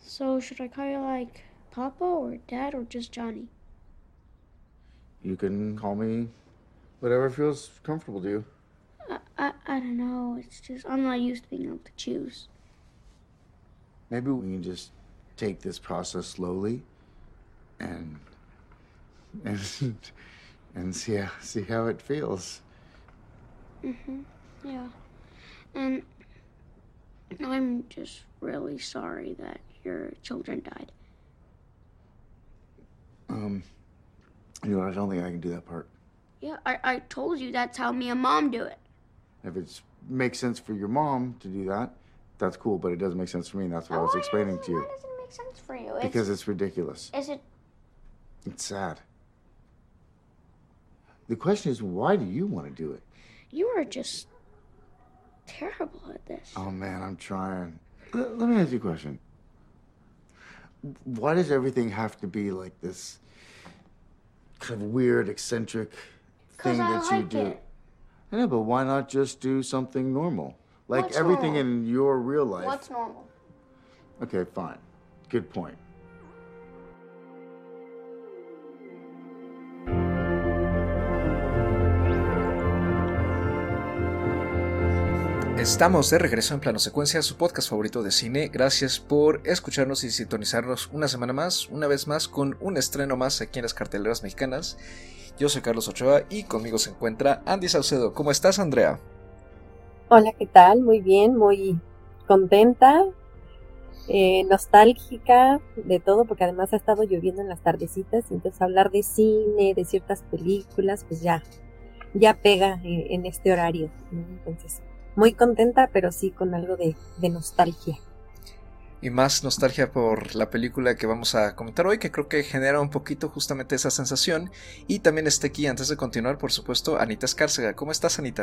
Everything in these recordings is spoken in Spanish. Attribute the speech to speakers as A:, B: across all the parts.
A: So should I call you like Papa or Dad or just Johnny?
B: You can call me whatever feels comfortable to you.
A: I don't know. It's just I'm not used to being able to choose.
B: Maybe we can just take this process slowly and and and see how it feels.
A: Yeah. And I'm just really sorry that your children died.
B: You know, I don't think I can do that part.
A: Yeah, I told you that's how me and Mom do it.
B: If it makes sense for your mom to do that, that's cool. But it doesn't make sense for me, and that's what I was explaining to you.
A: Why doesn't it make sense for you?
B: Because it's ridiculous.
A: Is it?
B: It's sad. The question is, why do you want to do it?
A: You are just terrible at this.
B: Oh man, I'm trying. Let me ask you a question. Why does everything have to be like this kind of weird, eccentric thing
A: I
B: that you
A: like
B: do?
A: it.
B: I know, but why not just do something normal? Like
A: What's
B: everything
A: normal?
B: in your real life.
A: What's normal?
B: Okay, fine. Good point.
C: Estamos de regreso en Plano Secuencia, su podcast favorito de cine. Gracias por escucharnos y sintonizarnos una semana más, una vez más, con un estreno más aquí en las carteleras mexicanas. Yo soy Carlos Ochoa y conmigo se encuentra Andy Saucedo. ¿Cómo estás, Andrea?
D: Hola, ¿qué tal? Muy bien, muy contenta, nostálgica de todo, porque además ha estado lloviendo en las tardecitas, y entonces hablar de cine, de ciertas películas, pues ya pega en este horario, ¿no? Entonces, muy contenta, pero sí con algo de nostalgia.
C: Y más nostalgia por la película que vamos a comentar hoy, que creo que genera un poquito justamente esa sensación. Y también está aquí, antes de continuar, por supuesto, Anita Escárcega. ¿Cómo estás, Anita?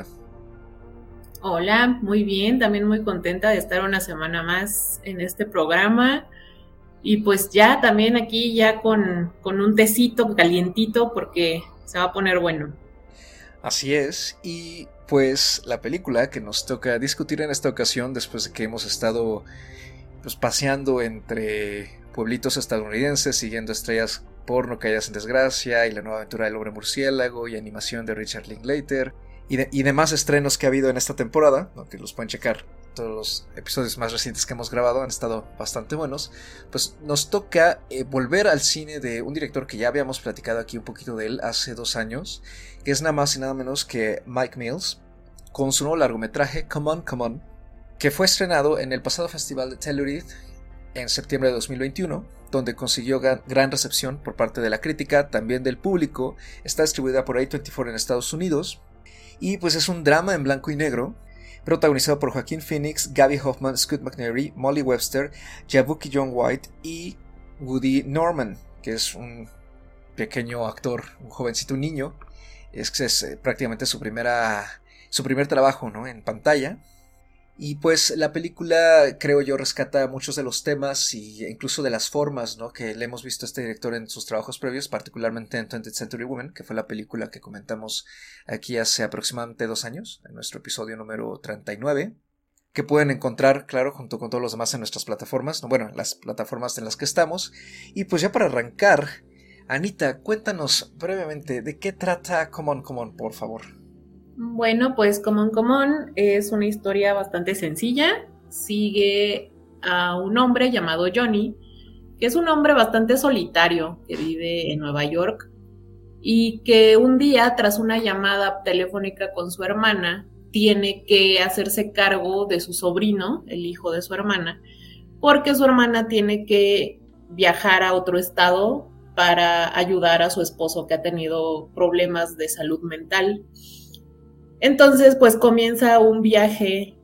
E: Hola, muy bien, también muy contenta de estar una semana más en este programa. Y pues ya también aquí ya con un tecito calientito porque se va a poner bueno.
C: Así es, y pues la película que nos toca discutir en esta ocasión, después de que hemos estado pues paseando entre pueblitos estadounidenses, siguiendo estrellas porno caídas en desgracia, y la nueva aventura del hombre murciélago, y animación de Richard Linklater, y demás estrenos que ha habido en esta temporada, ¿no? Que los pueden checar. Todos los episodios más recientes que hemos grabado han estado bastante buenos. Pues nos toca volver al cine de un director que ya habíamos platicado aquí un poquito de él hace 2 años, que es nada más y nada menos que Mike Mills, con su nuevo largometraje Come On, Come On, que fue estrenado en el pasado festival de Telluride en septiembre de 2021, donde consiguió gran recepción por parte de la crítica, también del público. Está distribuida por A24 en Estados Unidos, y pues es un drama en blanco y negro, protagonizado por Joaquin Phoenix, Gaby Hoffman, Scoot McNairy, Molly Webster, Jaboukie John White y Woody Norman, que es un pequeño actor, un jovencito, un niño. Es prácticamente su primer trabajo, ¿no?, en pantalla. Y pues la película, creo yo, rescata muchos de los temas e incluso de las formas, ¿no?, que le hemos visto a este director en sus trabajos previos, particularmente en 20th Century Women, que fue la película que comentamos aquí hace aproximadamente 2 años, en nuestro episodio número 39, que pueden encontrar, claro, junto con todos los demás en nuestras plataformas, bueno, las plataformas en las que estamos. Y pues ya para arrancar, Anita, cuéntanos brevemente de qué trata Come On, Come On, por favor.
E: Bueno, pues Come On, Come On es una historia bastante sencilla. Sigue a un hombre llamado Johnny, que es un hombre bastante solitario que vive en Nueva York, y que un día, tras una llamada telefónica con su hermana, tiene que hacerse cargo de su sobrino, el hijo de su hermana, porque su hermana tiene que viajar a otro estado para ayudar a su esposo, que ha tenido problemas de salud mental. Entonces, pues comienza un viaje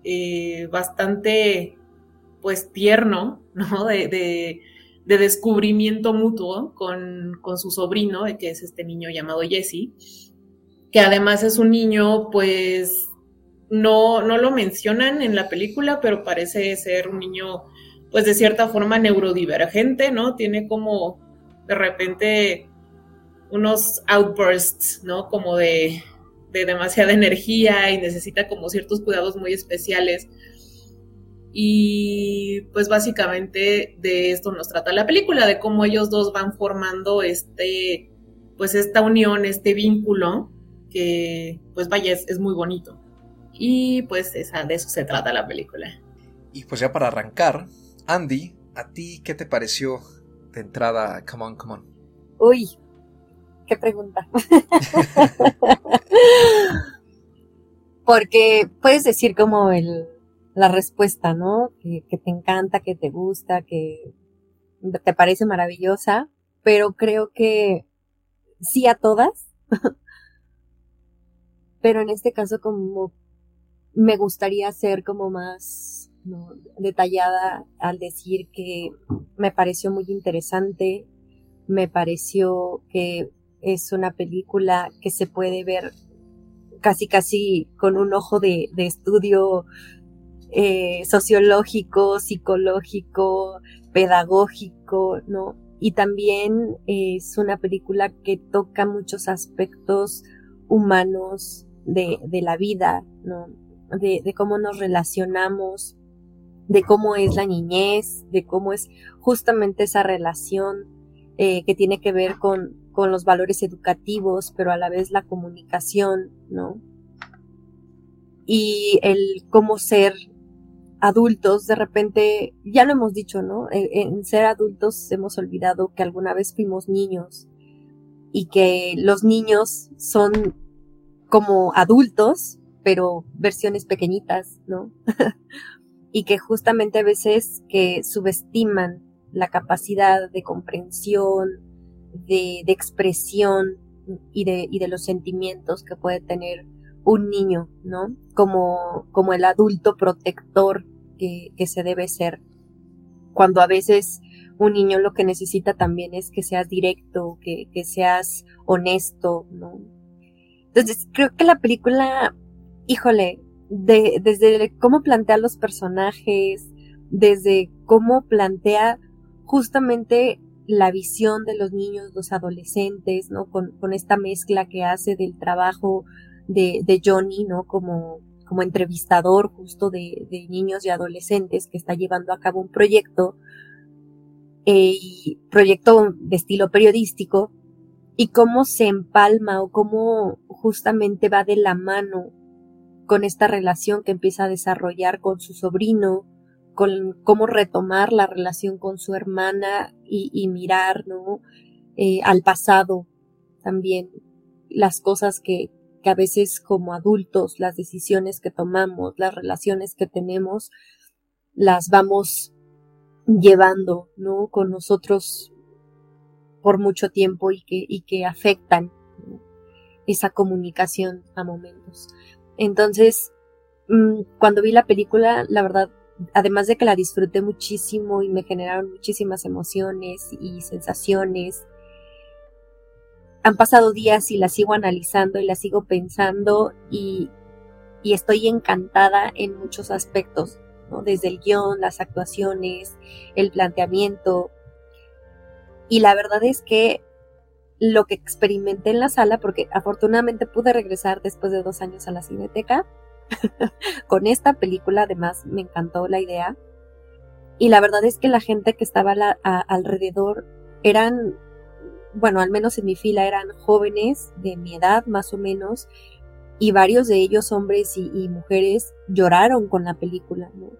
E: bastante, pues, tierno, ¿no? De descubrimiento mutuo con su sobrino, que es este niño llamado Jesse, que además es un niño, pues, no lo mencionan en la película, pero parece ser un niño, pues, de cierta forma neurodivergente, ¿no? Tiene como, de repente, unos outbursts, ¿no? Como de demasiada energía, y necesita como ciertos cuidados muy especiales. Y pues básicamente de esto nos trata la película, de cómo ellos dos van formando pues esta unión, este vínculo, que pues vaya, es muy bonito. Y pues de eso se trata la película.
C: Y pues ya para arrancar, Andy, ¿a ti qué te pareció de entrada Come On, Come On?
D: Uy, qué pregunta. Porque puedes decir como la respuesta, ¿no? Que te encanta, que te gusta, que te parece maravillosa, pero creo que sí a todas. Pero en este caso como me gustaría ser como más, ¿no?, detallada al decir que me pareció muy interesante, me pareció que es una película que se puede ver casi con un ojo de estudio sociológico, psicológico, pedagógico, ¿no? Y también es una película que toca muchos aspectos humanos de la vida, ¿no? De cómo nos relacionamos, de cómo es la niñez, de cómo es justamente esa relación que tiene que ver con los valores educativos, pero a la vez la comunicación, ¿no? Y el cómo ser adultos, de repente, ya lo hemos dicho, ¿no? En ser adultos hemos olvidado que alguna vez fuimos niños y que los niños son como adultos, pero versiones pequeñitas, ¿no? Y que justamente a veces que subestiman la capacidad de comprensión, de expresión y de los sentimientos que puede tener un niño, ¿no? Como el adulto protector que se debe ser. Cuando a veces un niño lo que necesita también es que seas directo, que seas honesto, ¿no? Entonces creo que la película, híjole, desde cómo plantea los personajes, desde cómo plantea justamente la visión de los niños, los adolescentes, ¿no? Con esta mezcla que hace del trabajo de Johnny, ¿no? Como entrevistador justo de niños y adolescentes que está llevando a cabo un proyecto de estilo periodístico, y cómo se empalma o cómo justamente va de la mano con esta relación que empieza a desarrollar con su sobrino, con cómo retomar la relación con su hermana y mirar, ¿no? Al pasado también, las cosas que a veces como adultos, las decisiones que tomamos, las relaciones que tenemos, las vamos llevando, ¿no? Con nosotros por mucho tiempo y que afectan, ¿no?, esa comunicación a momentos. Entonces, cuando vi la película, la verdad, además de que la disfruté muchísimo y me generaron muchísimas emociones y sensaciones, han pasado días y la sigo analizando y la sigo pensando y estoy encantada en muchos aspectos, ¿no? Desde el guión, las actuaciones, el planteamiento. Y la verdad es que lo que experimenté en la sala, porque afortunadamente pude regresar después de 2 años a la Cineteca, con esta película además me encantó la idea. Y la verdad es que la gente que estaba alrededor eran, bueno, al menos en mi fila eran jóvenes de mi edad más o menos, y varios de ellos, hombres y mujeres, lloraron con la película, ¿no?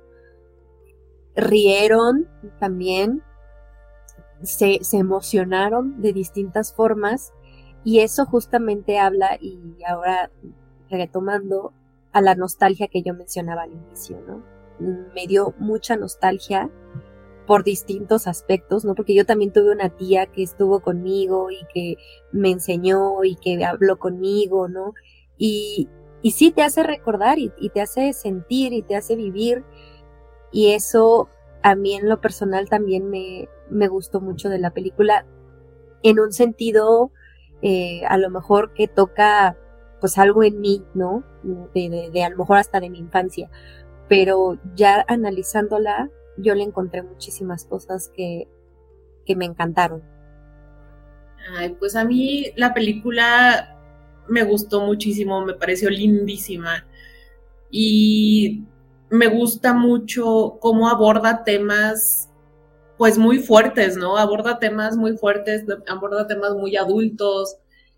D: Rieron también, se emocionaron de distintas formas, y eso justamente habla, y ahora retomando, a la nostalgia que yo mencionaba al inicio, ¿no? Me dio mucha nostalgia por distintos aspectos, ¿no? Porque yo también tuve una tía que estuvo conmigo y que me enseñó y que habló conmigo, ¿no? Y sí te hace recordar y te hace sentir y te hace vivir, y eso a mí en lo personal también me gustó mucho de la película, en un sentido a lo mejor que toca pues algo en mí, ¿no? De a lo mejor hasta de mi infancia, pero ya analizándola yo le encontré muchísimas cosas que me encantaron.
E: Ay, pues a mí la película me gustó muchísimo, me pareció lindísima, y me gusta mucho cómo aborda temas pues muy fuertes, ¿no? Aborda temas muy fuertes, aborda temas muy adultos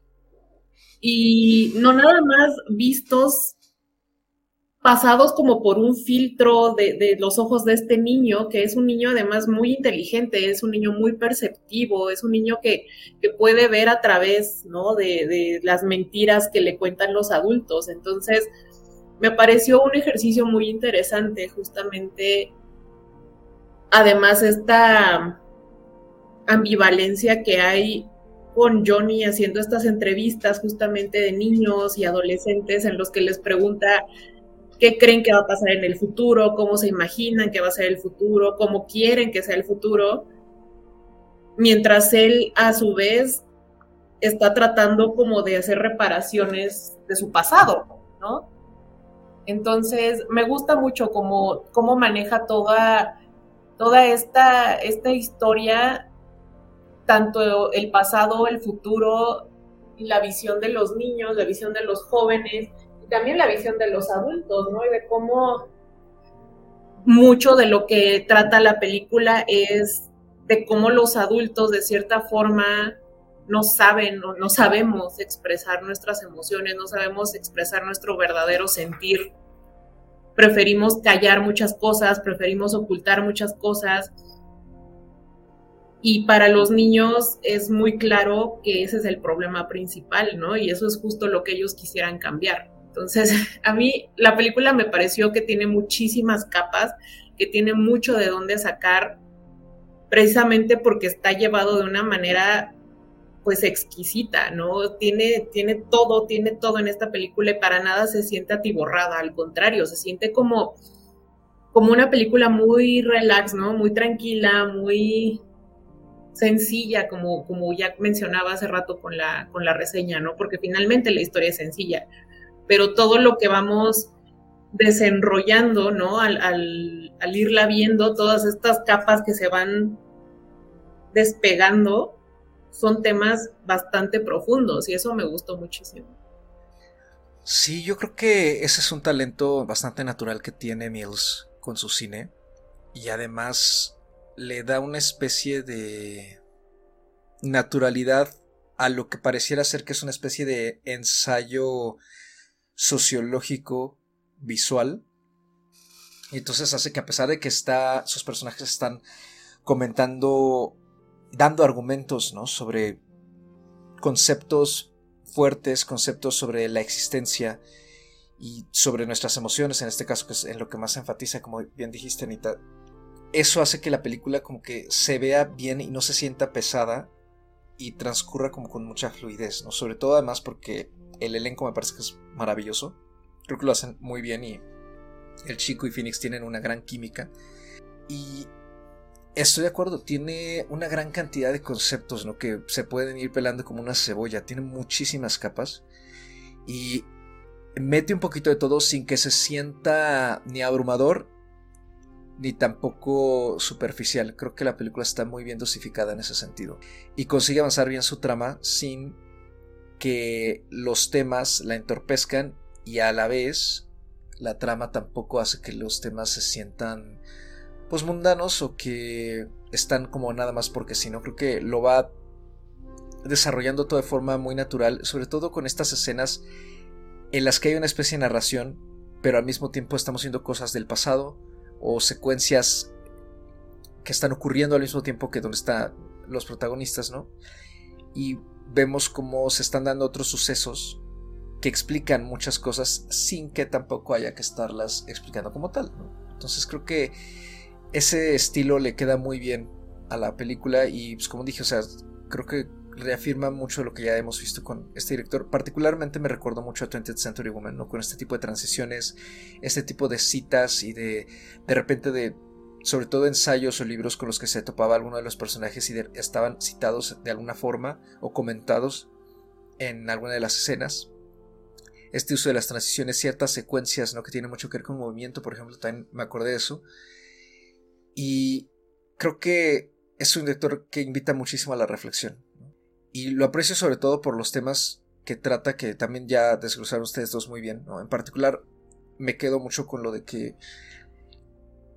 E: y no nada más vistos, pasados como por un filtro de los ojos de este niño, que es un niño además muy inteligente, es un niño muy perceptivo, es un niño que puede ver a través, ¿no? de las mentiras que le cuentan los adultos. Entonces, me pareció un ejercicio muy interesante, justamente, además, esta ambivalencia que hay con Johnny haciendo estas entrevistas justamente de niños y adolescentes en los que les pregunta qué creen que va a pasar en el futuro, cómo se imaginan que va a ser el futuro, cómo quieren que sea el futuro, mientras él a su vez está tratando como de hacer reparaciones de su pasado, ¿no? Entonces, me gusta mucho cómo maneja toda esta historia, tanto el pasado, el futuro, la visión de los niños, la visión de los jóvenes, y también la visión de los adultos, ¿no? Y de cómo mucho de lo que trata la película es de cómo los adultos, de cierta forma, no saben, no sabemos expresar nuestras emociones, no sabemos expresar nuestro verdadero sentir. Preferimos callar muchas cosas, preferimos ocultar muchas cosas. Y para los niños es muy claro que ese es el problema principal, ¿no? Y eso es justo lo que ellos quisieran cambiar. Entonces, a mí la película me pareció que tiene muchísimas capas, que tiene mucho de dónde sacar, precisamente porque está llevado de una manera pues exquisita, ¿no? Tiene todo en esta película y para nada se siente atiborrada, al contrario, se siente como una película muy relax, ¿no? Muy tranquila, muy sencilla, como ya mencionaba hace rato con la reseña, ¿no? Porque finalmente la historia es sencilla, pero todo lo que vamos desenrollando, ¿no? Al irla viendo, todas estas capas que se van despegando, son temas bastante profundos y eso me gustó muchísimo.
C: Sí, yo creo que ese es un talento bastante natural que tiene Mills con su cine y además le da una especie de naturalidad a lo que pareciera ser que es una especie de ensayo sociológico visual, y entonces hace que a pesar de que sus personajes están comentando, dando argumentos, ¿no? sobre conceptos fuertes, conceptos sobre la existencia y sobre nuestras emociones, en este caso que es en lo que más se enfatiza, como bien dijiste, Anita, eso hace que la película como que se vea bien y no se sienta pesada y transcurra como con mucha fluidez, ¿no? Sobre todo además porque el elenco me parece que es maravilloso, creo que lo hacen muy bien y el chico y Phoenix tienen una gran química y estoy de acuerdo, tiene una gran cantidad de conceptos, ¿no? Que se pueden ir pelando como una cebolla, tiene muchísimas capas y mete un poquito de todo sin que se sienta ni abrumador ni tampoco superficial. Creo que la película está muy bien dosificada en ese sentido y consigue avanzar bien su trama sin que los temas la entorpezcan y a la vez la trama tampoco hace que los temas se sientan pues mundanos o que están como nada más porque sí, ¿no? Creo que lo va desarrollando todo de forma muy natural, sobre todo con estas escenas en las que hay una especie de narración, pero al mismo tiempo estamos viendo cosas del pasado o secuencias que están ocurriendo al mismo tiempo que donde están los protagonistas, ¿no? Y vemos cómo se están dando otros sucesos que explican muchas cosas sin que tampoco haya que estarlas explicando como tal, ¿no? Entonces creo que ese estilo le queda muy bien a la película y pues como dije, o sea, creo que reafirma mucho lo que ya hemos visto con este director. Particularmente me recordó mucho a 20th Century Woman, ¿no? Con este tipo de transiciones, este tipo de citas y de repente de sobre todo ensayos o libros con los que se topaba alguno de los personajes y estaban citados de alguna forma o comentados en alguna de las escenas. Este uso de las transiciones, ciertas secuencias, ¿no? Que tienen mucho que ver con movimiento, por ejemplo, también me acordé de eso. Y creo que es un director que invita muchísimo a la reflexión, ¿no? Y lo aprecio sobre todo por los temas que trata, que también ya desglosaron ustedes dos muy bien, ¿no? En particular me quedo mucho con lo de que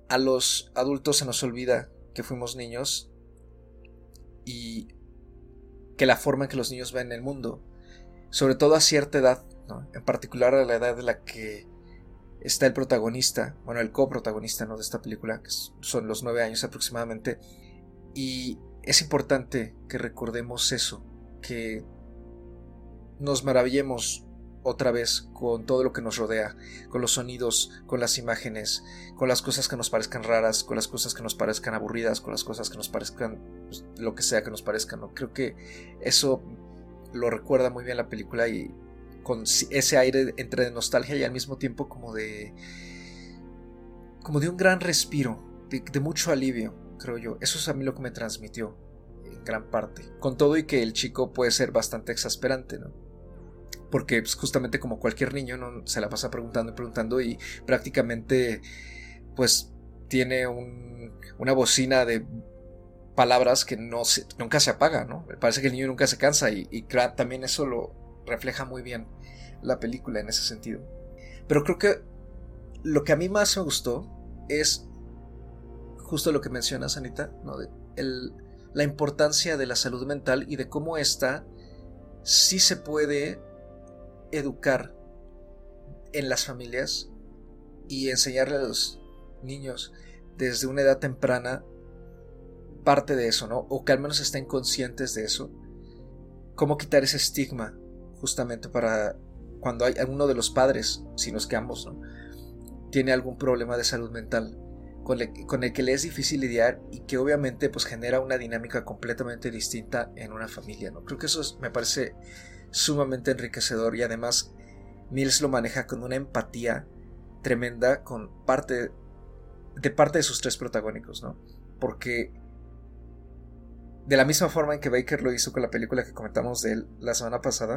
C: a los adultos se nos olvida que fuimos niños y que la forma en que los niños ven el mundo, sobre todo a cierta edad, ¿no? En particular a la edad de la que está el protagonista, bueno, el coprotagonista, ¿no?, de esta película, que son los 9 años aproximadamente, y es importante que recordemos eso, que nos maravillemos otra vez con todo lo que nos rodea, con los sonidos, con las imágenes, con las cosas que nos parezcan raras, con las cosas que nos parezcan aburridas, con las cosas que nos parezcan, pues, lo que sea que nos parezcan, ¿no? Creo que eso lo recuerda muy bien la película, y con ese aire entre de nostalgia y al mismo tiempo como de un gran respiro, de mucho alivio, creo yo. Eso es a mí lo que me transmitió en gran parte, con todo y que el chico puede ser bastante exasperante, ¿no? Porque pues, justamente como cualquier niño, ¿no?, se la pasa preguntando y preguntando, y prácticamente pues tiene una bocina de palabras que nunca se apaga, ¿no? Me parece que el niño nunca se cansa, y también eso lo refleja muy bien la película en ese sentido. Pero creo que lo que a mí más me gustó es justo lo que mencionas, Anita, ¿no?, la importancia de la salud mental y de cómo esta sí se puede educar en las familias y enseñarle a los niños desde una edad temprana parte de eso, ¿no? O que al menos estén conscientes de eso. Cómo quitar ese estigma justamente para cuando hay uno de los padres, si no es que ambos, ¿no?, tiene algún problema de salud mental con el que le es difícil lidiar, y que obviamente pues genera una dinámica completamente distinta en una familia, ¿no? Creo que eso me parece sumamente enriquecedor, y además Mills lo maneja con una empatía tremenda con parte de sus 3 protagónicos, ¿no? Porque de la misma forma en que Baker lo hizo con la película que comentamos de él la semana pasada,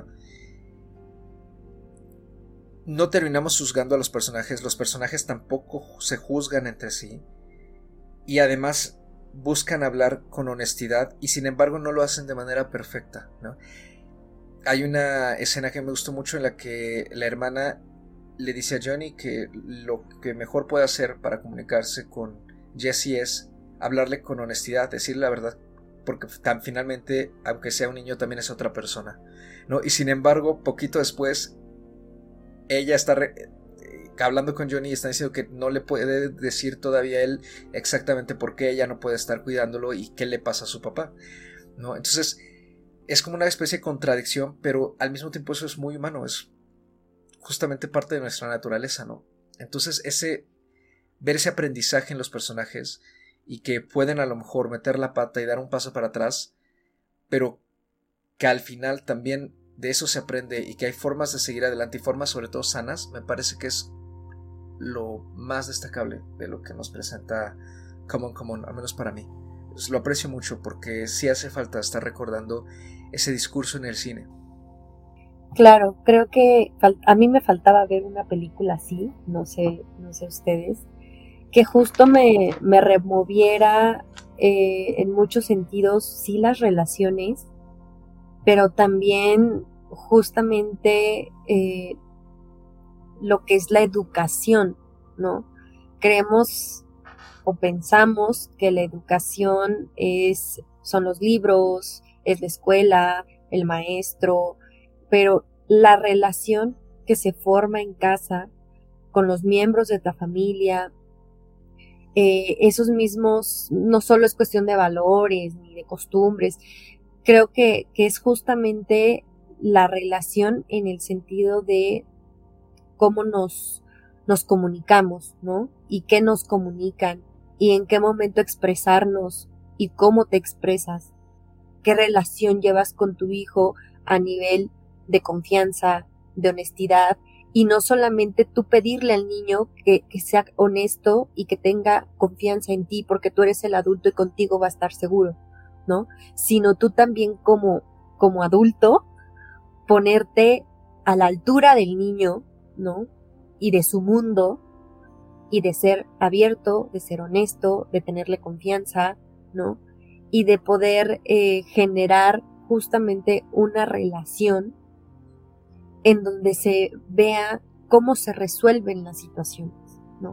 C: no terminamos juzgando a los personajes tampoco se juzgan entre sí, y además buscan hablar con honestidad, y sin embargo no lo hacen de manera perfecta, ¿no? Hay una escena que me gustó mucho en la que la hermana le dice a Johnny que lo que mejor puede hacer para comunicarse con Jesse es hablarle con honestidad, decirle la verdad, porque finalmente, aunque sea un niño, también es otra persona, ¿no? Y sin embargo, poquito después, ella está hablando con Johnny y está diciendo que no le puede decir todavía él exactamente por qué ella no puede estar cuidándolo y qué le pasa a su papá, ¿no? Entonces es como una especie de contradicción, pero al mismo tiempo eso es muy humano, es justamente parte de nuestra naturaleza, ¿no? Entonces ver ese aprendizaje en los personajes, y que pueden a lo mejor meter la pata y dar un paso para atrás, pero que al final también de eso se aprende, y que hay formas de seguir adelante, y formas sobre todo sanas, me parece que es lo más destacable de lo que nos presenta Come On, al menos para mí. Pues lo aprecio mucho, porque sí hace falta estar recordando ese discurso en el cine.
D: Claro, creo que a mí me faltaba ver una película así, no sé ustedes, que justo me removiera en muchos sentidos, sí, las relaciones, pero también justamente lo que es la educación, ¿no? Creemos o pensamos que la educación son los libros, es la escuela, el maestro, pero la relación que se forma en casa con los miembros de la familia, esos mismos, no solo es cuestión de valores ni de costumbres, creo que es justamente la relación en el sentido de cómo nos comunicamos, ¿no? Y qué nos comunican, y en qué momento expresarnos, y cómo te expresas, qué relación llevas con tu hijo a nivel de confianza, de honestidad, y no solamente tú pedirle al niño que sea honesto y que tenga confianza en ti porque tú eres el adulto y contigo va a estar seguro, ¿no? Sino tú también como adulto ponerte a la altura del niño, ¿no? Y de su mundo, y de ser abierto, de ser honesto, de tenerle confianza, ¿no? Y de poder generar justamente una relación en donde se vea cómo se resuelven las situaciones, ¿no?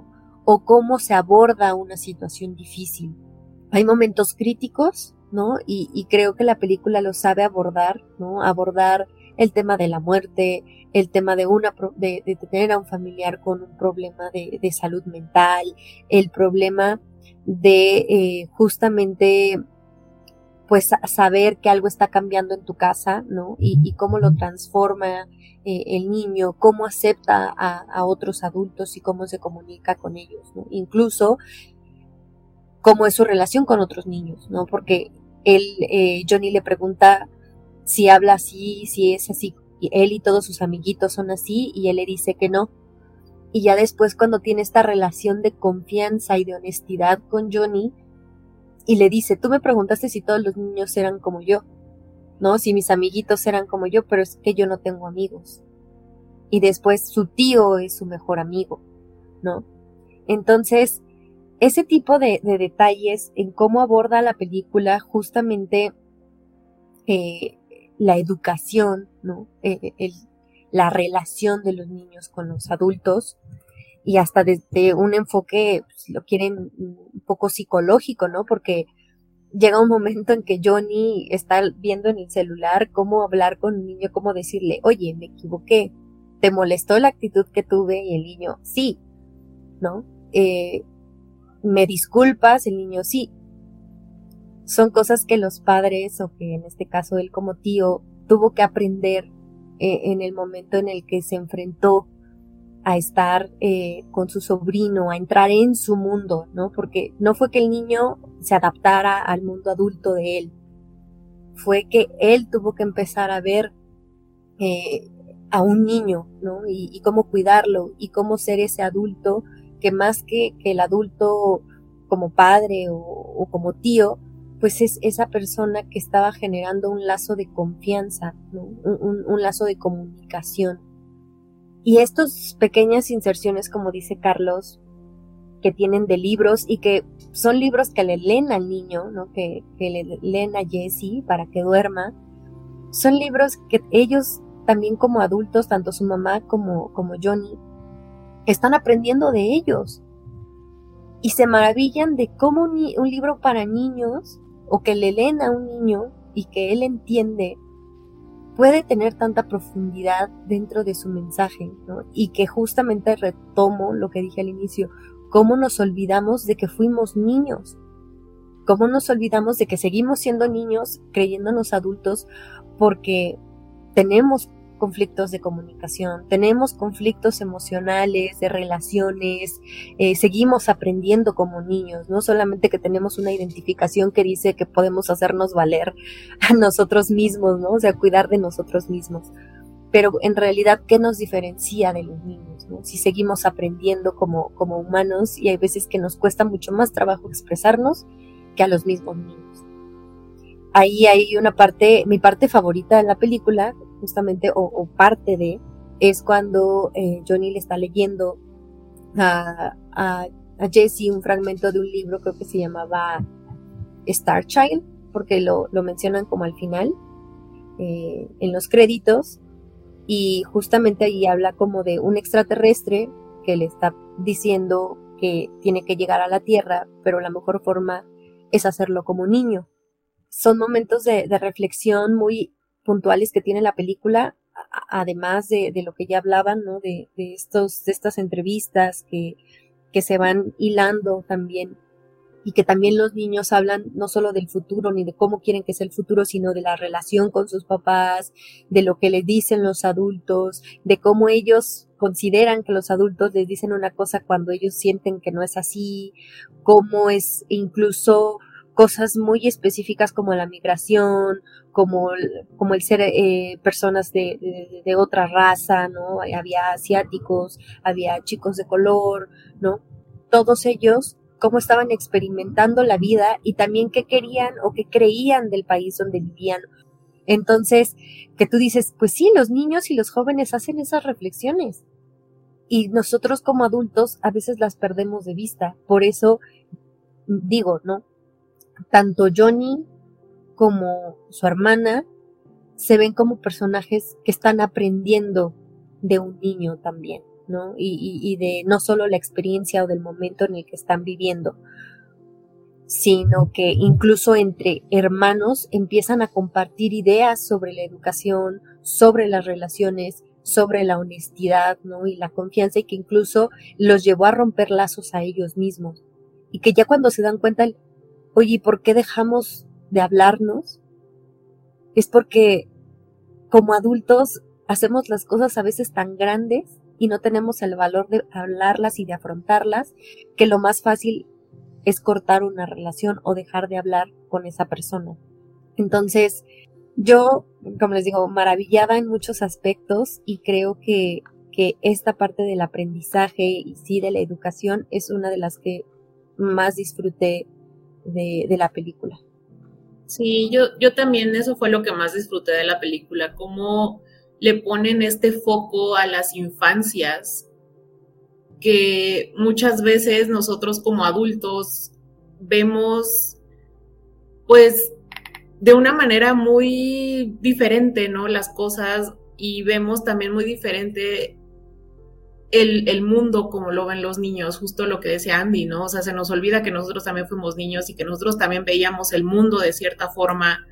D: o cómo se aborda una situación difícil. Hay momentos críticos, ¿no? Y creo que la película lo sabe abordar, ¿no? Abordar el tema de la muerte, el tema de tener a un familiar con un problema de salud mental, el problema de justamente pues saber que algo está cambiando en tu casa, ¿no? Y cómo lo transforma el niño, cómo acepta a otros adultos y cómo se comunica con ellos, ¿no? Incluso cómo es su relación con otros niños, ¿no? Porque Johnny le pregunta si habla así, si es así, y él y todos sus amiguitos son así, y él le dice que no. Y ya después, cuando tiene esta relación de confianza y de honestidad con Johnny, y le dice, tú me preguntaste si todos los niños eran como yo, ¿no? Si mis amiguitos eran como yo, pero es que yo no tengo amigos. Y después su tío es su mejor amigo, ¿no? Entonces, ese tipo de detalles en cómo aborda la película justamente la educación, ¿no? La relación de los niños con los adultos, y hasta desde un enfoque, pues, lo quieren un poco psicológico, ¿no? Porque llega un momento en que Johnny está viendo en el celular cómo hablar con un niño, cómo decirle, oye, me equivoqué, ¿te molestó la actitud que tuve? Y el niño, sí, ¿no? ¿Me disculpas? El niño, sí. Son cosas que los padres, o que en este caso él como tío, tuvo que aprender en el momento en el que se enfrentó a estar con su sobrino, a entrar en su mundo, ¿no? Porque no fue que el niño se adaptara al mundo adulto de él, fue que él tuvo que empezar a ver a un niño, ¿no? Y cómo cuidarlo, y cómo ser ese adulto que más que el adulto como padre o como tío, pues es esa persona que estaba generando un lazo de confianza, ¿no? Un lazo de comunicación. Y estas pequeñas inserciones, como dice Carlos, que tienen de libros y que son libros que le leen al niño, ¿no? Que le leen a Jesse para que duerma, son libros que ellos también como adultos, tanto su mamá como Johnny, están aprendiendo de ellos. Y se maravillan de cómo un libro para niños, o que le leen a un niño y que él entiende, puede tener tanta profundidad dentro de su mensaje, ¿no? Y que justamente retomo lo que dije al inicio, cómo nos olvidamos de que fuimos niños, cómo nos olvidamos de que seguimos siendo niños creyéndonos adultos, porque tenemos conflictos de comunicación, tenemos conflictos emocionales, de relaciones, seguimos aprendiendo como niños, no solamente que tenemos una identificación que dice que podemos hacernos valer a nosotros mismos, ¿no? O sea, cuidar de nosotros mismos. Pero en realidad, ¿qué nos diferencia de los niños, ¿no? Si seguimos aprendiendo como humanos, y hay veces que nos cuesta mucho más trabajo expresarnos que a los mismos niños. Ahí hay una parte, mi parte favorita de la película, justamente, o parte de, es cuando Johnny le está leyendo a Jesse un fragmento de un libro, creo que se llamaba Star Child, porque lo mencionan como al final, en los créditos, y justamente ahí habla como de un extraterrestre que le está diciendo que tiene que llegar a la Tierra, pero la mejor forma es hacerlo como niño. Son momentos de reflexión muy puntuales que tiene la película, además de lo que ya hablaban, ¿no? De estas entrevistas que se van hilando también, y que también los niños hablan no solo del futuro ni de cómo quieren que sea el futuro, sino de la relación con sus papás, de lo que les dicen los adultos, de cómo ellos consideran que los adultos les dicen una cosa cuando ellos sienten que no es así, cómo es incluso cosas muy específicas como la migración, como el ser personas de otra raza, ¿no? Había asiáticos, había chicos de color, ¿no? Todos ellos, cómo estaban experimentando la vida y también qué querían o qué creían del país donde vivían. Entonces, que tú dices, pues sí, los niños y los jóvenes hacen esas reflexiones y nosotros como adultos a veces las perdemos de vista. Por eso digo, ¿no? Tanto Johnny como su hermana se ven como personajes que están aprendiendo de un niño también, ¿no? Y de no solo la experiencia o del momento en el que están viviendo, sino que incluso entre hermanos empiezan a compartir ideas sobre la educación, sobre las relaciones, sobre la honestidad, ¿no? Y la confianza, y que incluso los llevó a romper lazos a ellos mismos. Y que ya cuando se dan cuenta, oye, ¿por qué dejamos de hablarnos? Es porque como adultos hacemos las cosas a veces tan grandes y no tenemos el valor de hablarlas y de afrontarlas, que lo más fácil es cortar una relación o dejar de hablar con esa persona. Entonces, yo, como les digo, maravillada en muchos aspectos, y creo que esta parte del aprendizaje y sí de la educación es una de las que más disfruté de la película.
E: Sí, yo también eso fue lo que más disfruté de la película, cómo le ponen este foco a las infancias, que muchas veces nosotros como adultos vemos pues de una manera muy diferente, ¿no? Las cosas, y vemos también muy diferente el mundo como lo ven los niños, justo lo que decía Andy, ¿no? O sea, se nos olvida que nosotros también fuimos niños y que nosotros también veíamos el mundo de cierta forma,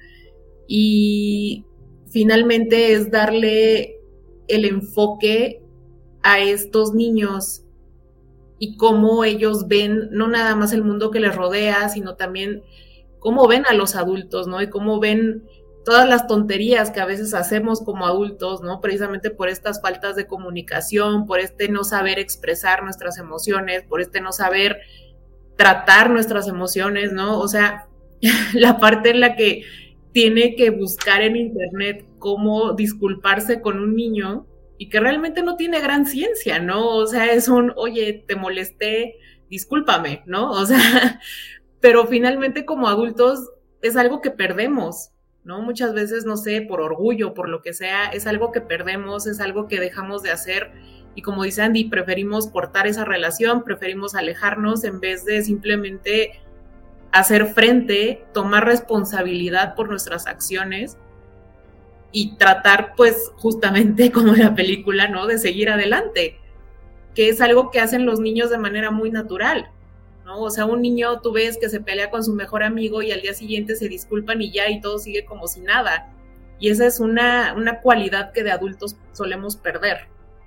E: y finalmente es darle el enfoque a estos niños y cómo ellos ven no nada más el mundo que les rodea, sino también cómo ven a los adultos, ¿no? Y cómo ven todas las tonterías que a veces hacemos como adultos, ¿no? Precisamente por estas faltas de comunicación, por este no saber expresar nuestras emociones, por este no saber tratar nuestras emociones, ¿no? O sea, la parte en la que tiene que buscar en internet cómo disculparse con un niño y que realmente no tiene gran ciencia, ¿no? O sea, es oye, te molesté, discúlpame, ¿no? O sea, pero finalmente como adultos es algo que perdemos, ¿no? Muchas veces, no sé, por orgullo, por lo que sea, es algo que perdemos, es algo que dejamos de hacer, y como dice Andy, preferimos cortar esa relación, preferimos alejarnos en vez de simplemente hacer frente, tomar responsabilidad por nuestras acciones y tratar, pues, justamente como la película, ¿no? De seguir adelante, que es algo que hacen los niños de manera muy natural, ¿no? O sea, un niño tú ves que se pelea con su mejor amigo y al día siguiente se disculpan y ya, y todo sigue como si nada. Y esa es una cualidad que de adultos solemos perder.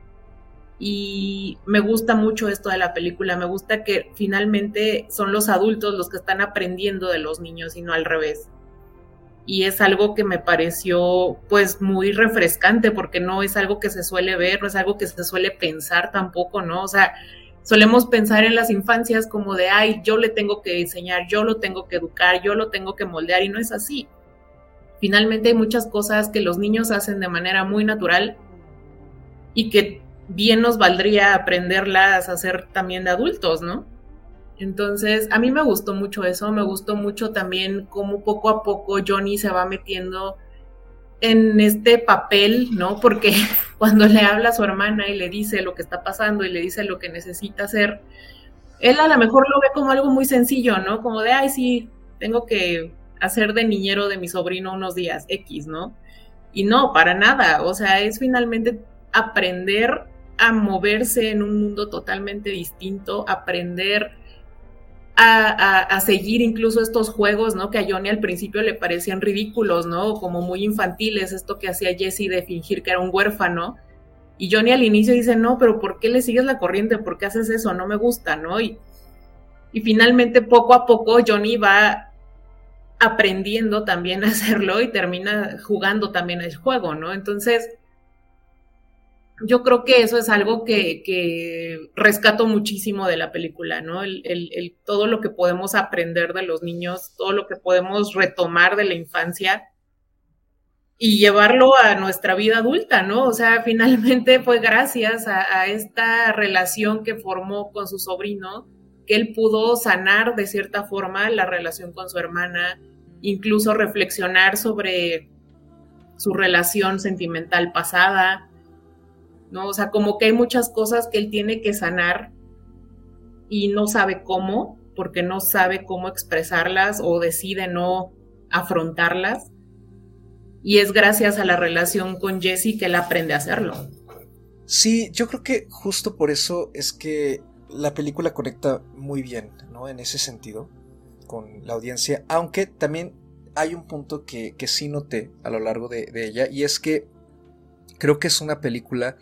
E: Y me gusta mucho esto de la película, me gusta que finalmente son los adultos los que están aprendiendo de los niños y no al revés. Y es algo que me pareció pues muy refrescante, porque no es algo que se suele ver, no es algo que se suele pensar tampoco, ¿no? O sea, solemos pensar en las infancias como de, ay, yo le tengo que enseñar, yo lo tengo que educar, yo lo tengo que moldear, y no es así. Finalmente hay muchas cosas que los niños hacen de manera muy natural y que bien nos valdría aprenderlas a hacer también de adultos, ¿no? Entonces, a mí me gustó mucho eso, me gustó mucho también cómo poco a poco Johnny se va metiendo en este papel, ¿no? Porque cuando le habla a su hermana y le dice lo que está pasando y le dice lo que necesita hacer, él a lo mejor lo ve como algo muy sencillo, ¿no? Como de, ay, sí, tengo que hacer de niñero de mi sobrino unos días X, ¿no? Y no, para nada, o sea, es finalmente aprender a moverse en un mundo totalmente distinto, aprender a seguir incluso estos juegos, ¿no? Que a Johnny al principio le parecían ridículos, ¿no? Como muy infantiles, esto que hacía Jesse de fingir que era un huérfano. Y Johnny al inicio dice, no, pero ¿por qué le sigues la corriente? ¿Por qué haces eso? No me gusta, ¿no? Y finalmente poco a poco Johnny va aprendiendo también a hacerlo y termina jugando también el juego, ¿no? Entonces, yo creo que eso es algo que rescato muchísimo de la película, ¿no? Todo lo que podemos aprender de los niños, todo lo que podemos retomar de la infancia y llevarlo a nuestra vida adulta, ¿no? O sea, finalmente fue gracias a esta relación que formó con su sobrino que él pudo sanar de cierta forma la relación con su hermana, incluso reflexionar sobre su relación sentimental pasada, ¿no? O sea, como que hay muchas cosas que él tiene que sanar y no sabe cómo, porque no sabe cómo expresarlas o decide no afrontarlas. Y es gracias a la relación con Jesse que él aprende a hacerlo.
C: Sí, yo creo que justo por eso es que la película conecta muy bien, ¿no? En ese sentido, con la audiencia, aunque también hay un punto que sí noté a lo largo de ella, y es que creo que es una película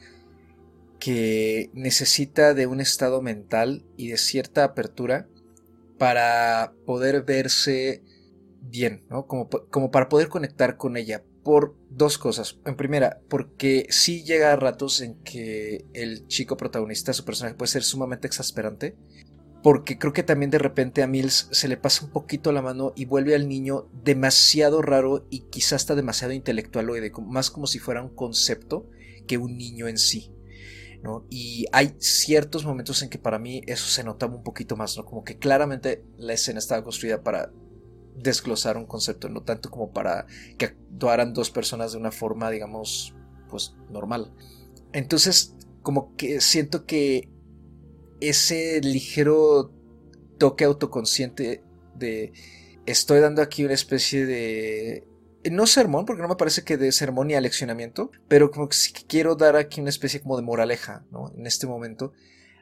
C: que necesita de un estado mental y de cierta apertura para poder verse bien, ¿no? Como para poder conectar con ella, por dos cosas. En primera, porque sí llega a ratos en que el chico protagonista, su personaje, puede ser sumamente exasperante, porque creo que también de repente a Mills se le pasa un poquito la mano y vuelve al niño demasiado raro y quizás hasta demasiado intelectualoide, más como si fuera un concepto que un niño en sí, ¿no? Y hay ciertos momentos en que para mí eso se notaba un poquito más, ¿no? Como que claramente la escena estaba construida para desglosar un concepto, no tanto como para que actuaran dos personas de una forma, digamos, pues normal. Entonces, como que siento que ese ligero toque autoconsciente de estoy dando aquí una especie de, no sermón, porque no me parece que de sermón ni aleccionamiento, pero como que sí quiero dar aquí una especie como de moraleja, ¿no? En este momento.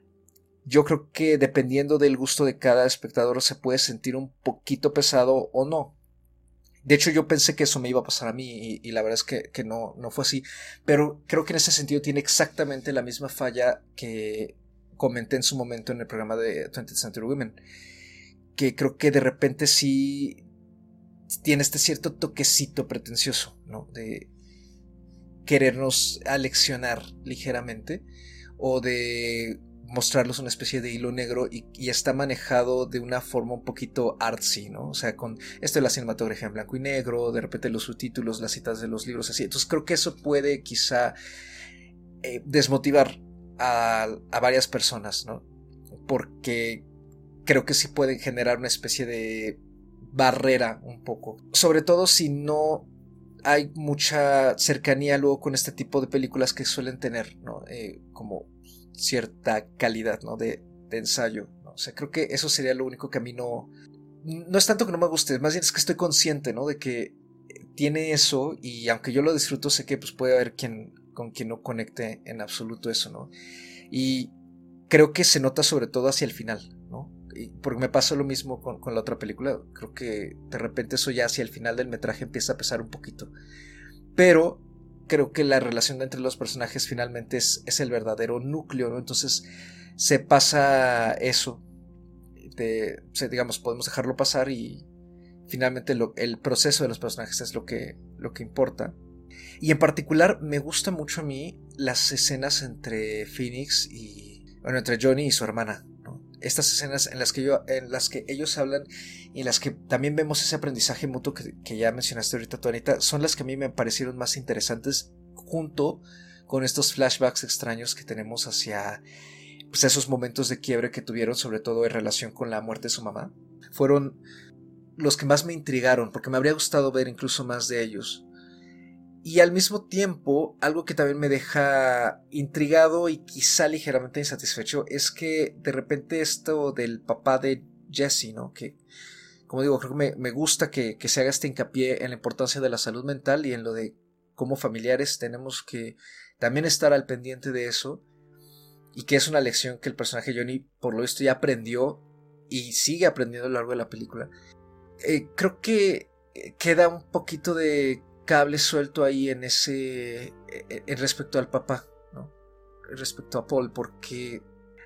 C: Yo creo que dependiendo del gusto de cada espectador se puede sentir un poquito pesado o no. De hecho, yo pensé que eso me iba a pasar a mí y la verdad es que no fue así. Pero creo que en ese sentido tiene exactamente la misma falla que comenté en su momento en el programa de 20th Century Women. Que creo que de repente sí tiene este cierto toquecito pretencioso, ¿no? De querernos aleccionar ligeramente o de mostrarlos una especie de hilo negro y está manejado de una forma un poquito artsy, ¿no? O sea, con esto de la cinematografía en blanco y negro, de repente los subtítulos, las citas de los libros así. Entonces creo que eso puede quizá desmotivar a varias personas, ¿no? Porque creo que sí pueden generar una especie de barrera un poco. Sobre todo si no hay mucha cercanía luego con este tipo de películas que suelen tener, ¿no? Como cierta calidad, ¿no? de ensayo, ¿no? O sea, creo que eso sería lo único que a mí no es tanto que no me guste, más bien es que estoy consciente, ¿no? De que tiene eso y aunque yo lo disfruto sé que pues puede haber con quien no conecte en absoluto eso, ¿no? Y creo que se nota sobre todo hacia el final, ¿no? Porque me pasa lo mismo con la otra película. Creo que de repente eso ya hacia el final del metraje empieza a pesar un poquito, pero creo que la relación entre los personajes finalmente es el verdadero núcleo, ¿no? Entonces se pasa eso digamos, podemos dejarlo pasar y finalmente el proceso de los personajes es lo que importa. Y en particular me gusta mucho a mí las escenas entre Phoenix entre Johnny y su hermana, ¿no? Estas escenas en las que ellos hablan y en las que también vemos ese aprendizaje mutuo que ya mencionaste ahorita tú, Anita, son las que a mí me parecieron más interesantes, junto con estos flashbacks extraños que tenemos hacia pues, esos momentos de quiebre que tuvieron, sobre todo en relación con la muerte de su mamá. Fueron los que más me intrigaron, porque me habría gustado ver incluso más de ellos. Y al mismo tiempo, algo que también me deja intrigado y quizá ligeramente insatisfecho es que de repente esto del papá de Jesse, ¿no? Que, como digo, creo que me gusta que se haga este hincapié en la importancia de la salud mental y en lo de cómo familiares tenemos que también estar al pendiente de eso, y que es una lección que el personaje Johnny por lo visto ya aprendió y sigue aprendiendo a lo largo de la película. Creo que queda un poquito de cable suelto ahí en respecto al papá, ¿no? Respecto a Paul, porque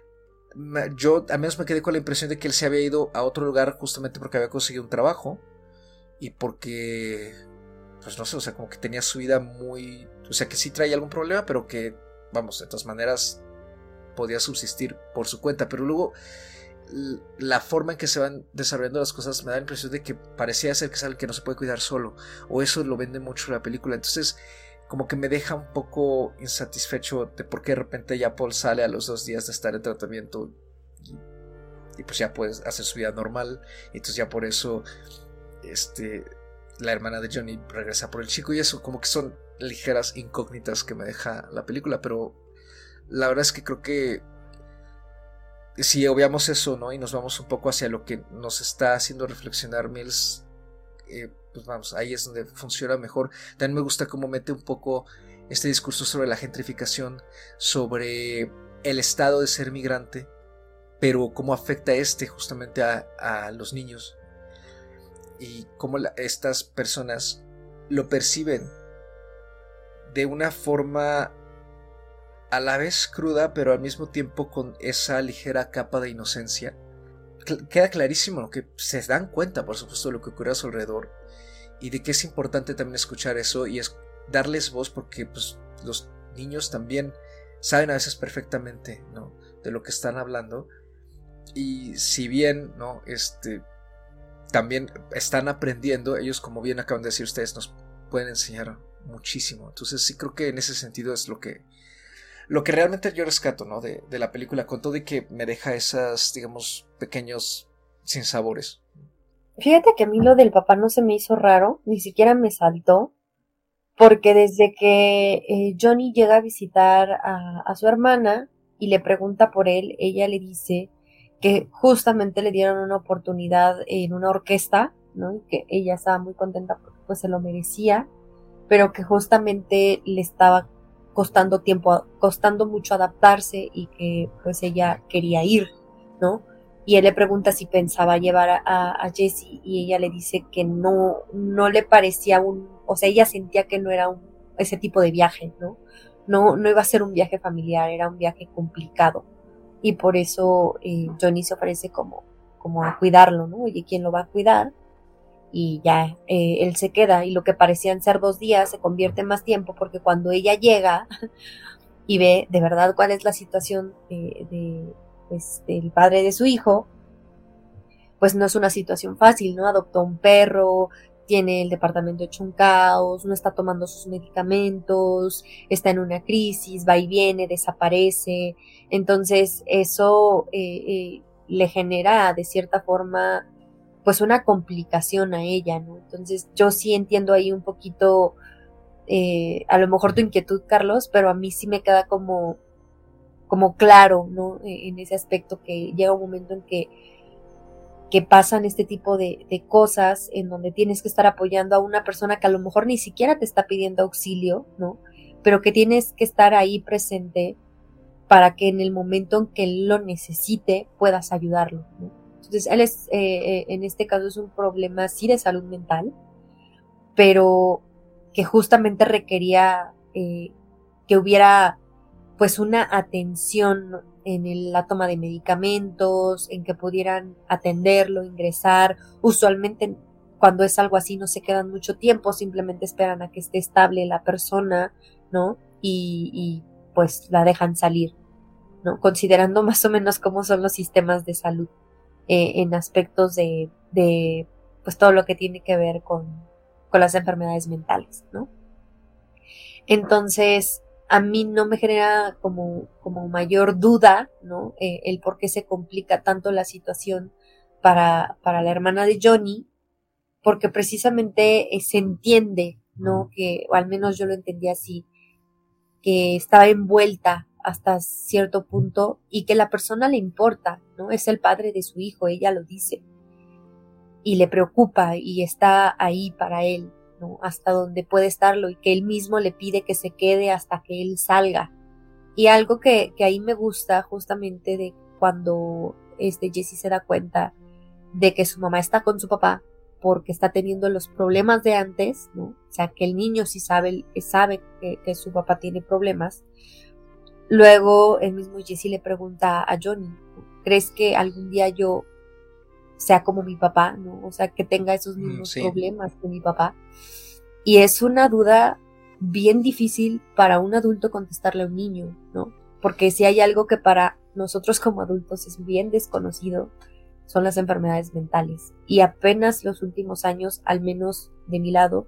C: yo al menos me quedé con la impresión de que él se había ido a otro lugar justamente porque había conseguido un trabajo y porque pues no sé, o sea, como que tenía su vida muy, o sea, que sí traía algún problema, pero que vamos, de todas maneras podía subsistir por su cuenta. Pero luego la forma en que se van desarrollando las cosas me da la impresión de que parecía ser que es alguien que no se puede cuidar solo, o eso lo vende mucho la película. Entonces como que me deja un poco insatisfecho de por qué de repente ya Paul sale a los 2 días de estar en tratamiento y pues ya puede hacer su vida normal, y entonces ya por eso la hermana de Johnny regresa por el chico, y eso como que son ligeras incógnitas que me deja la película. Pero la verdad es que creo que si obviamos eso, ¿no? Y nos vamos un poco hacia lo que nos está haciendo reflexionar Mills, pues vamos, ahí es donde funciona mejor. También me gusta cómo mete un poco este discurso sobre la gentrificación, sobre el estado de ser migrante, pero cómo afecta justamente a los niños y cómo estas personas lo perciben de una forma a la vez cruda, pero al mismo tiempo con esa ligera capa de inocencia. Queda clarísimo que se dan cuenta, por supuesto, de lo que ocurre a su alrededor y de que es importante también escuchar eso y darles voz, porque pues, los niños también saben a veces perfectamente, ¿no?, de lo que están hablando, y si bien, ¿no?, también están aprendiendo, ellos, como bien acaban de decir ustedes, nos pueden enseñar muchísimo. Entonces sí creo que en ese sentido es lo que realmente yo rescato, ¿no?, de la película, con todo y que me deja esas, digamos, pequeños sinsabores.
D: Fíjate que a mí lo del papá no se me hizo raro, ni siquiera me saltó, porque desde que Johnny llega a visitar a su hermana y le pregunta por él, ella le dice que justamente le dieron una oportunidad en una orquesta, ¿no?, y que ella estaba muy contenta porque pues se lo merecía, pero que justamente le estaba costando mucho adaptarse y que pues ella quería ir, ¿no? Y él le pregunta si pensaba llevar a Jessie y ella le dice que no le parecía o sea, ella sentía que no era ese tipo de viaje, ¿no? No iba a ser un viaje familiar, era un viaje complicado. Y por eso Johnny se ofrece como a cuidarlo, ¿no? Oye, ¿quién lo va a cuidar? Y ya él se queda, y lo que parecían ser 2 días se convierte en más tiempo, porque cuando ella llega y ve de verdad cuál es la situación del padre de su hijo, pues no es una situación fácil, ¿no? Adoptó un perro, tiene el departamento hecho un caos, no está tomando sus medicamentos, está en una crisis, va y viene, desaparece. Entonces eso le genera de cierta forma pues una complicación a ella, ¿no? Entonces yo sí entiendo ahí un poquito a lo mejor tu inquietud, Carlos, pero a mí sí me queda como claro, ¿no?, en ese aspecto, que llega un momento en que pasan este tipo de cosas en donde tienes que estar apoyando a una persona que a lo mejor ni siquiera te está pidiendo auxilio, ¿no?, pero que tienes que estar ahí presente para que en el momento en que él lo necesite puedas ayudarlo, ¿no? Entonces él en este caso es un problema sí de salud mental, pero que justamente requería que hubiera pues una atención en la toma de medicamentos, en que pudieran atenderlo, ingresar. Usualmente cuando es algo así no se quedan mucho tiempo, simplemente esperan a que esté estable la persona, ¿no? Y pues la dejan salir, ¿no? Considerando más o menos cómo son los sistemas de salud en aspectos de pues todo lo que tiene que ver con las enfermedades mentales, ¿no? Entonces a mí no me genera como mayor duda, ¿no?, el por qué se complica tanto la situación para la hermana de Johnny, porque precisamente se entiende, ¿no?, que, o al menos yo lo entendí así, que estaba envuelta hasta cierto punto y que la persona le importa, ¿no? Es el padre de su hijo, ella lo dice, y le preocupa y está ahí para él, ¿no?, hasta donde puede estarlo, y que él mismo le pide que se quede hasta que él salga. Y algo que ahí me gusta justamente de cuando Jessie se da cuenta de que su mamá está con su papá porque está teniendo los problemas de antes, ¿no? O sea, que el niño sí sabe que su papá tiene problemas. Luego el mismo Jessie le pregunta a Johnny, ¿crees que algún día yo sea como mi papá, ¿no? O sea, que tenga esos mismos problemas que mi papá. Y es una duda bien difícil para un adulto contestarle a un niño, ¿no? Porque si hay algo que para nosotros como adultos es bien desconocido, son las enfermedades mentales. Y apenas los últimos años, al menos de mi lado,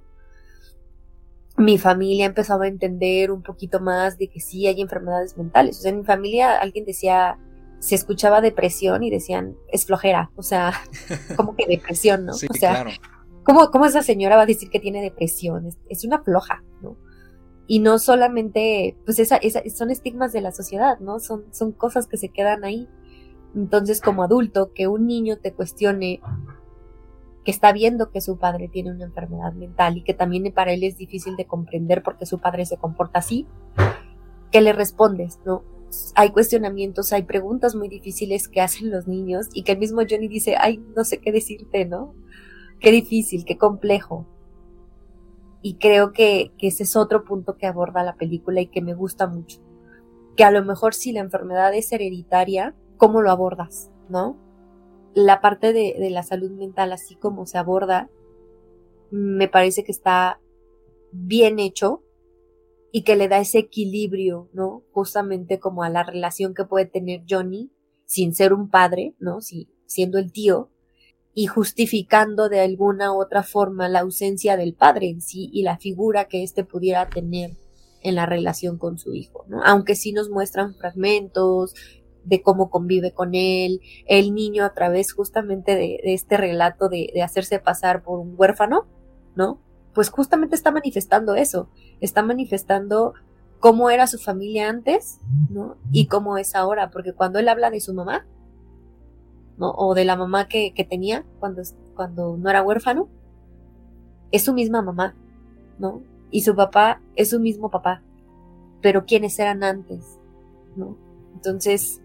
D: mi familia empezaba a entender un poquito más de que sí hay enfermedades mentales. O sea, en mi familia alguien decía, se escuchaba depresión y decían, es flojera, o sea, como que depresión, ¿no?
C: Sí,
D: o sea,
C: claro.
D: ¿cómo esa señora va a decir que tiene depresión? Es una floja, ¿no? Y no solamente, pues son estigmas de la sociedad, ¿no? Son cosas que se quedan ahí. Entonces, como adulto, que un niño te cuestione que está viendo que su padre tiene una enfermedad mental y que también para él es difícil de comprender porque su padre se comporta así, ¿qué le respondes, no? Hay cuestionamientos, hay preguntas muy difíciles que hacen los niños y que el mismo Johnny dice, ay, no sé qué decirte, ¿no? Qué difícil, qué complejo. Y creo que ese es otro punto que aborda la película y que me gusta mucho. Que a lo mejor si la enfermedad es hereditaria, ¿cómo lo abordas, no? La parte de la salud mental, así como se aborda, me parece que está bien hecho y que le da ese equilibrio, ¿no? Justamente como a la relación que puede tener Johnny sin ser un padre, ¿no? Siendo el tío, y justificando de alguna u otra forma la ausencia del padre en sí y la figura que éste pudiera tener en la relación con su hijo, ¿no? Aunque sí nos muestran fragmentos de cómo convive con él, el niño a través justamente de este relato de hacerse pasar por un huérfano, ¿no? Pues justamente está manifestando eso, está manifestando cómo era su familia antes, ¿no? Y cómo es ahora, porque cuando él habla de su mamá, ¿no? O de la mamá que tenía cuando no era huérfano, es su misma mamá, ¿no? Y su papá es su mismo papá, pero ¿quiénes eran antes, ¿no? Entonces,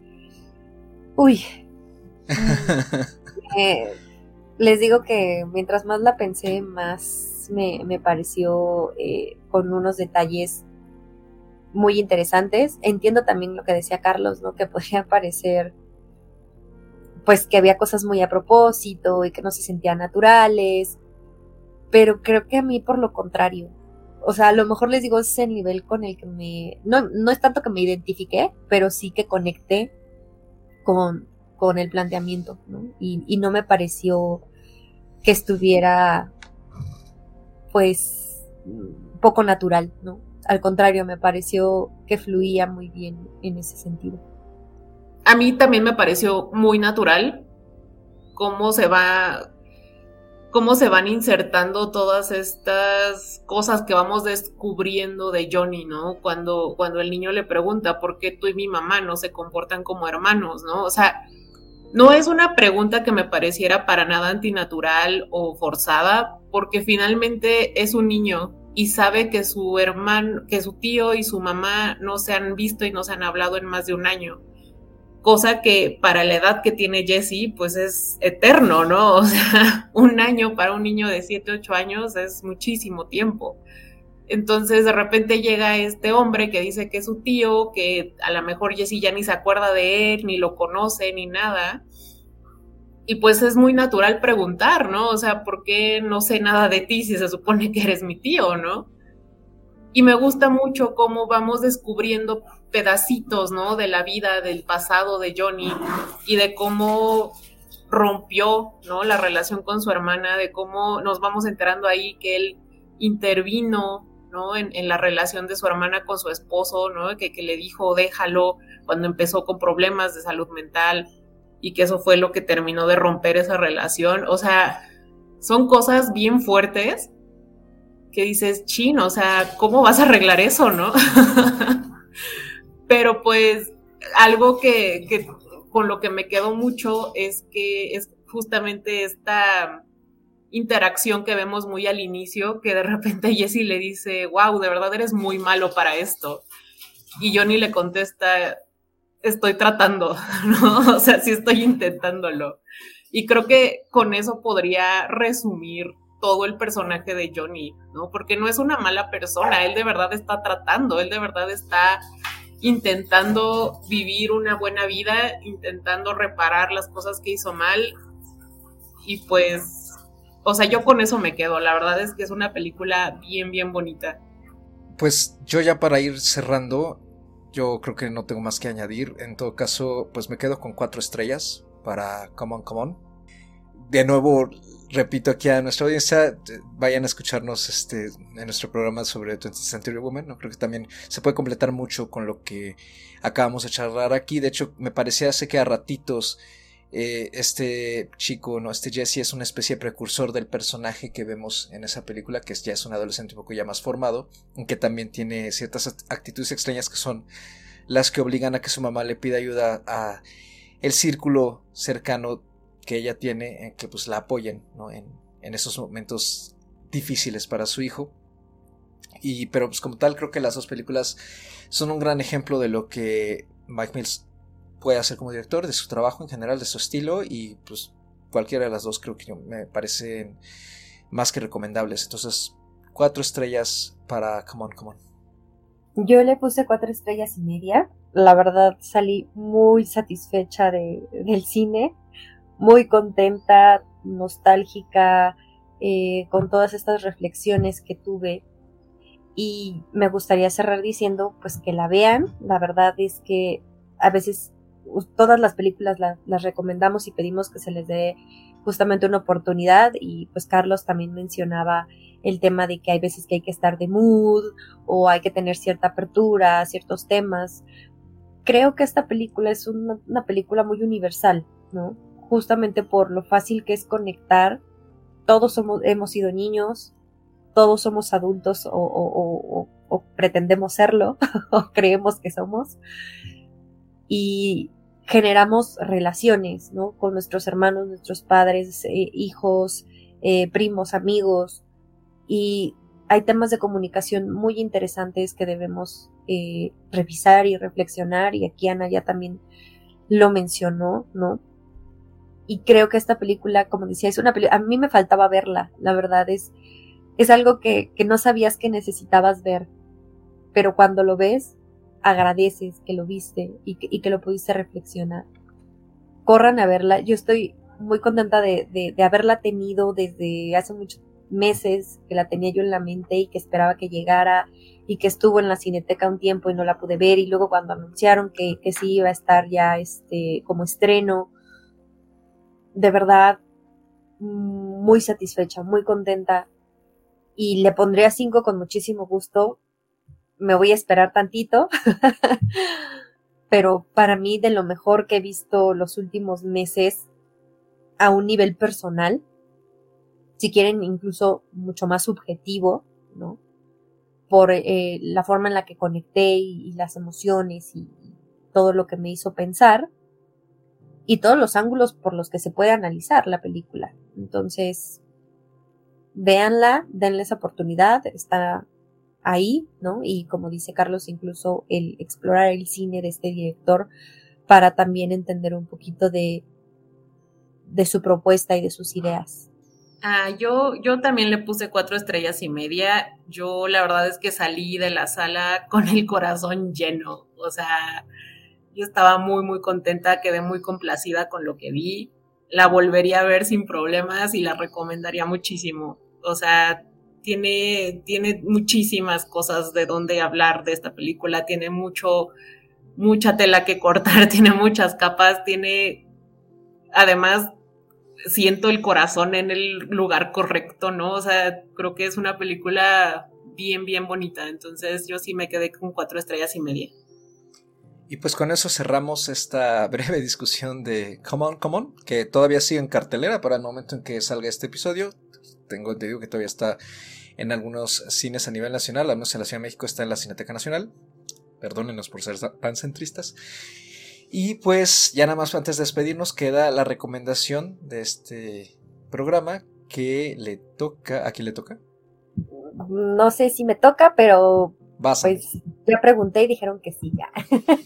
D: les digo que mientras más la pensé, más me pareció con unos detalles muy interesantes. Entiendo también lo que decía Carlos, ¿no? Que podría parecer pues que había cosas muy a propósito y que no se sentían naturales, pero creo que a mí por lo contrario, o sea, a lo mejor les digo ese es el nivel con el que no es tanto que me identifiqué, pero sí que conecté con el planteamiento, ¿no? Y no me pareció que estuviera pues poco natural, ¿no? Al contrario, me pareció que fluía muy bien en ese sentido.
E: A mí también me pareció muy natural cómo se van insertando todas estas cosas que vamos descubriendo de Johnny, ¿no? Cuando el niño le pregunta por qué tú y mi mamá no se comportan como hermanos, ¿no? O sea, no es una pregunta que me pareciera para nada antinatural o forzada, porque finalmente es un niño y sabe que su hermano, que su tío y su mamá no se han visto y no se han hablado en más de un año. Cosa que para la edad que tiene Jessie, pues es eterno, ¿no? O sea, un año para un niño de 7, 8 años es muchísimo tiempo. Entonces, de repente llega este hombre que dice que es su tío, que a lo mejor Jessie ya ni se acuerda de él, ni lo conoce, ni nada. Y pues es muy natural preguntar, ¿no? O sea, ¿por qué no sé nada de ti si se supone que eres mi tío, ¿no? Y me gusta mucho cómo vamos descubriendo pedacitos, ¿no? De la vida, del pasado de Johnny y de cómo rompió, ¿no? La relación con su hermana, de cómo nos vamos enterando ahí que él intervino, ¿no? En la relación de su hermana con su esposo, ¿no? Que le dijo, déjalo, cuando empezó con problemas de salud mental y que eso fue lo que terminó de romper esa relación. O sea, son cosas bien fuertes que dices, chin, o sea, ¿cómo vas a arreglar eso, no? Pero pues algo que con lo que me quedo mucho es que es justamente esta interacción que vemos muy al inicio, que de repente Jessie le dice, wow, de verdad eres muy malo para esto. Y Johnny le contesta, estoy tratando, ¿no? O sea, sí estoy intentándolo. Y creo que con eso podría resumir todo el personaje de Johnny, ¿no? Porque no es una mala persona, él de verdad está tratando, él de verdad está intentando vivir una buena vida, intentando reparar las cosas que hizo mal. Y pues, o sea, yo con eso me quedo. La verdad es que es una película bien, bien bonita.
C: Pues yo ya para ir cerrando, yo creo que no tengo más que añadir. En todo caso, pues me quedo con 4 estrellas para Come On, Come On. De nuevo, repito aquí a nuestra audiencia, vayan a escucharnos en nuestro programa sobre 20th Century Women, ¿no? Creo que también se puede completar mucho con lo que acabamos de charlar aquí. De hecho, me parecía hace que a ratitos este chico, ¿no? Este Jesse es una especie de precursor del personaje que vemos en esa película, que ya es un adolescente un poco ya más formado, que también tiene ciertas actitudes extrañas que son las que obligan a que su mamá le pida ayuda a el círculo cercano que ella tiene, que pues la apoyen, ¿no? en en esos momentos difíciles para su hijo. Pero pues como tal creo que las dos películas son un gran ejemplo de lo que Mike Mills puede hacer como director, de su trabajo en general, de su estilo, y pues cualquiera de las dos creo que me parecen más que recomendables. Entonces 4 estrellas para Come On, Come On.
D: Yo le puse 4.5 estrellas. La verdad salí muy satisfecha del cine, muy contenta, nostálgica, con todas estas reflexiones que tuve. Y me gustaría cerrar diciendo pues que la vean. La verdad es que a veces todas las películas las recomendamos y pedimos que se les dé justamente una oportunidad, y pues Carlos también mencionaba el tema de que hay veces que hay que estar de mood o hay que tener cierta apertura a ciertos temas. Creo que esta película es una película muy universal, ¿no? Justamente por lo fácil que es conectar. Todos hemos sido niños, todos somos adultos o pretendemos serlo o creemos que somos, y generamos relaciones, ¿no? Con nuestros hermanos, nuestros padres, hijos, primos, amigos, y hay temas de comunicación muy interesantes que debemos revisar y reflexionar, y aquí Ana ya también lo mencionó, ¿no? Y creo que esta película, como decía, es una película, a mí me faltaba verla, la verdad es algo que no sabías que necesitabas ver, pero cuando lo ves, agradeces que lo viste y que lo pudiste reflexionar. Corran a verla. Yo estoy muy contenta de haberla tenido desde hace muchos meses, que la tenía yo en la mente y que esperaba que llegara, y que estuvo en la Cineteca un tiempo y no la pude ver, y luego cuando anunciaron que sí iba a estar ya como estreno, de verdad muy satisfecha, muy contenta, y le pondría 5 con muchísimo gusto. Me voy a esperar tantito, pero para mí de lo mejor que he visto los últimos meses a un nivel personal, si quieren incluso mucho más subjetivo, ¿no? Por la forma en la que conecté y las emociones y todo lo que me hizo pensar, y todos los ángulos por los que se puede analizar la película. Entonces, véanla, denle esa oportunidad, está ahí, ¿no? Y como dice Carlos, incluso el explorar el cine de este director para también entender un poquito de su propuesta y de sus ideas.
E: Yo también le puse 4.5 estrellas. Yo la verdad es que salí de la sala con el corazón lleno. O sea, yo estaba muy, muy contenta, quedé muy complacida con lo que vi. La volvería a ver sin problemas y la recomendaría muchísimo. O sea, tiene muchísimas cosas de donde hablar de esta película. Tiene mucha tela que cortar, tiene muchas capas, además, siento el corazón en el lugar correcto, ¿no? O sea, creo que es una película bien, bien bonita. Entonces yo sí me quedé con 4.5 estrellas.
C: Y pues con eso cerramos esta breve discusión de Come On, Come On, que todavía sigue en cartelera para el momento en que salga este episodio. Tengo entendido que todavía está en algunos cines a nivel nacional, al menos en la Ciudad de México está en la Cineteca Nacional. Perdónenos por ser tan centristas. Y pues ya nada más antes de despedirnos queda la recomendación de este programa que le toca. ¿A quién le toca?
D: No sé si me toca, pero
C: Básame.
D: Pues ya pregunté y dijeron que sí, ya.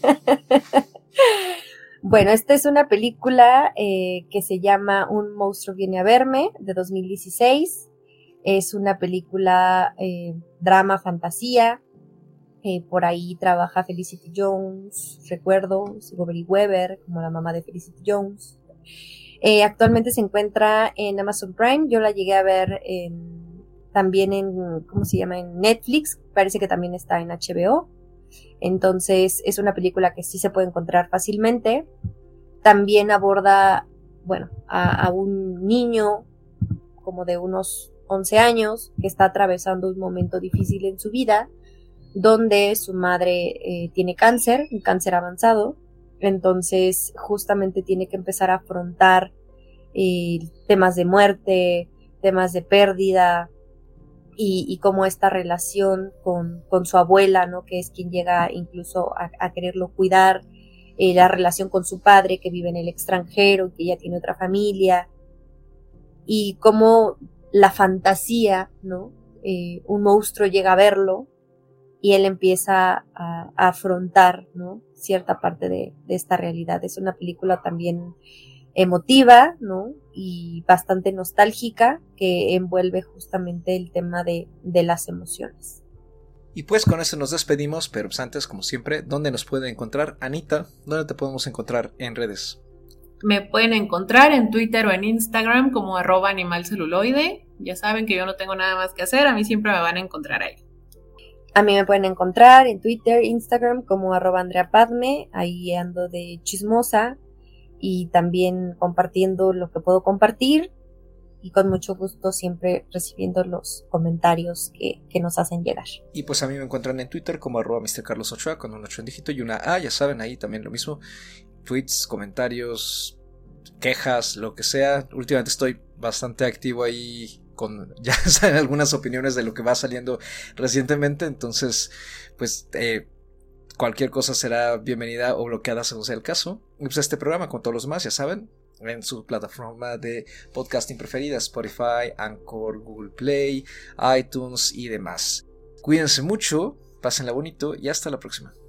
D: Bueno, esta es una película que se llama Un monstruo viene a verme, de 2016. Es una película drama, fantasía. Por ahí trabaja Felicity Jones, recuerdo, Sigourney Weaver, como la mamá de Felicity Jones. Actualmente se encuentra en Amazon Prime. Yo la llegué a ver también en, ¿cómo se llama? En Netflix. Parece que también está en HBO. Entonces es una película que sí se puede encontrar fácilmente. También aborda, bueno, a un niño como de unos 11 años que está atravesando un momento difícil en su vida, donde su madre tiene cáncer, un cáncer avanzado. Entonces justamente tiene que empezar a afrontar temas de muerte, temas de pérdida, y cómo esta relación con su abuela, ¿no? Que es quien llega incluso a quererlo cuidar, la relación con su padre que vive en el extranjero, que ya tiene otra familia, y cómo la fantasía, ¿no? Un monstruo llega a verlo y él empieza a afrontar, ¿no? Cierta parte de esta realidad. Es una película también emotiva, ¿no? Y bastante nostálgica, que envuelve justamente el tema de las emociones.
C: Y pues con eso nos despedimos, pero pues antes, como siempre, ¿dónde nos puede encontrar? Anita, ¿dónde te podemos encontrar en redes?
E: Me pueden encontrar en Twitter o en Instagram como @animalceluloide. Ya saben que yo no tengo nada más que hacer, a mí siempre me van a encontrar ahí.
D: A mí me pueden encontrar en Twitter, Instagram como @AndreaPadme, ahí ando de chismosa y también compartiendo lo que puedo compartir y con mucho gusto siempre recibiendo los comentarios que nos hacen llegar.
C: Y pues a mí me encuentran en Twitter como @MrCarlosOchoa con un 8 en dígito y una A, ya saben, ahí también lo mismo. Tweets, comentarios, quejas, lo que sea. Últimamente estoy bastante activo ahí con ya saben algunas opiniones de lo que va saliendo recientemente, entonces pues cualquier cosa será bienvenida o bloqueada según sea el caso. Y pues este programa con todos los demás, ya saben, en su plataforma de podcasting preferida, Spotify, Anchor, Google Play, iTunes y demás. Cuídense mucho, pásenla bonito y hasta la próxima.